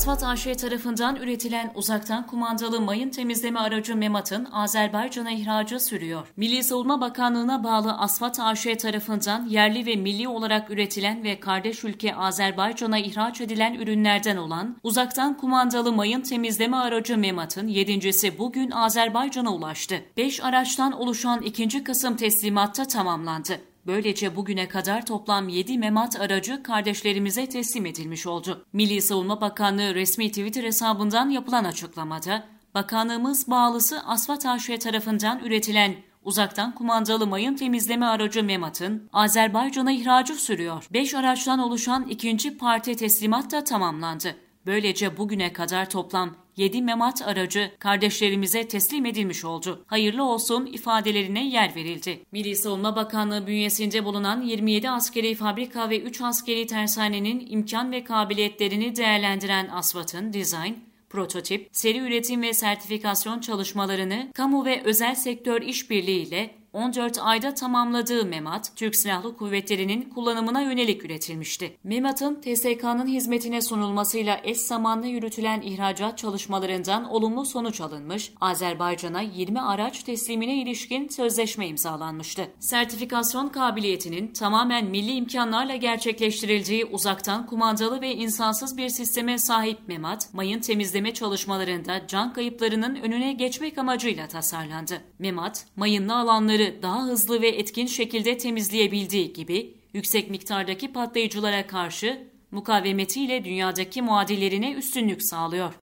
Asfat AŞ tarafından üretilen uzaktan kumandalı mayın temizleme aracı Memat'ın Azerbaycan'a ihracı sürüyor. Milli Savunma Bakanlığı'na bağlı Asfat AŞ tarafından yerli ve milli olarak üretilen ve kardeş ülke Azerbaycan'a ihraç edilen ürünlerden olan uzaktan kumandalı mayın temizleme aracı Memat'ın 7.'si bugün Azerbaycan'a ulaştı. 5 araçtan oluşan 2. Kasım teslimatta tamamlandı. Böylece bugüne kadar toplam 7 Memat aracı kardeşlerimize teslim edilmiş oldu. Milli Savunma Bakanlığı resmi Twitter hesabından yapılan açıklamada, bakanlığımız bağlısı Asfat AŞ tarafından üretilen uzaktan kumandalı mayın temizleme aracı Memat'ın Azerbaycan'a ihracı sürüyor. 5 araçtan oluşan 2. parti teslimat da tamamlandı. Böylece bugüne kadar toplam 7 Memat aracı kardeşlerimize teslim edilmiş oldu. Hayırlı olsun ifadelerine yer verildi. Milli Savunma Bakanlığı bünyesinde bulunan 27 askeri fabrika ve 3 askeri tersanenin imkan ve kabiliyetlerini değerlendiren Asfat'ın dizayn, prototip, seri üretim ve sertifikasyon çalışmalarını kamu ve özel sektör işbirliğiyle 14 ayda tamamladığı Memat, Türk Silahlı Kuvvetleri'nin kullanımına yönelik üretilmişti. Memat'ın TSK'nın hizmetine sunulmasıyla eş zamanlı yürütülen ihracat çalışmalarından olumlu sonuç alınmış, Azerbaycan'a 20 araç teslimine ilişkin sözleşme imzalanmıştı. Sertifikasyon kabiliyetinin tamamen milli imkanlarla gerçekleştirildiği uzaktan kumandalı ve insansız bir sisteme sahip Memat, mayın temizleme çalışmalarında can kayıplarının önüne geçmek amacıyla tasarlandı. Memat, mayınlı alanları daha hızlı ve etkin şekilde temizleyebildiği gibi yüksek miktardaki patlayıcılara karşı mukavemetiyle dünyadaki muadillerine üstünlük sağlıyor.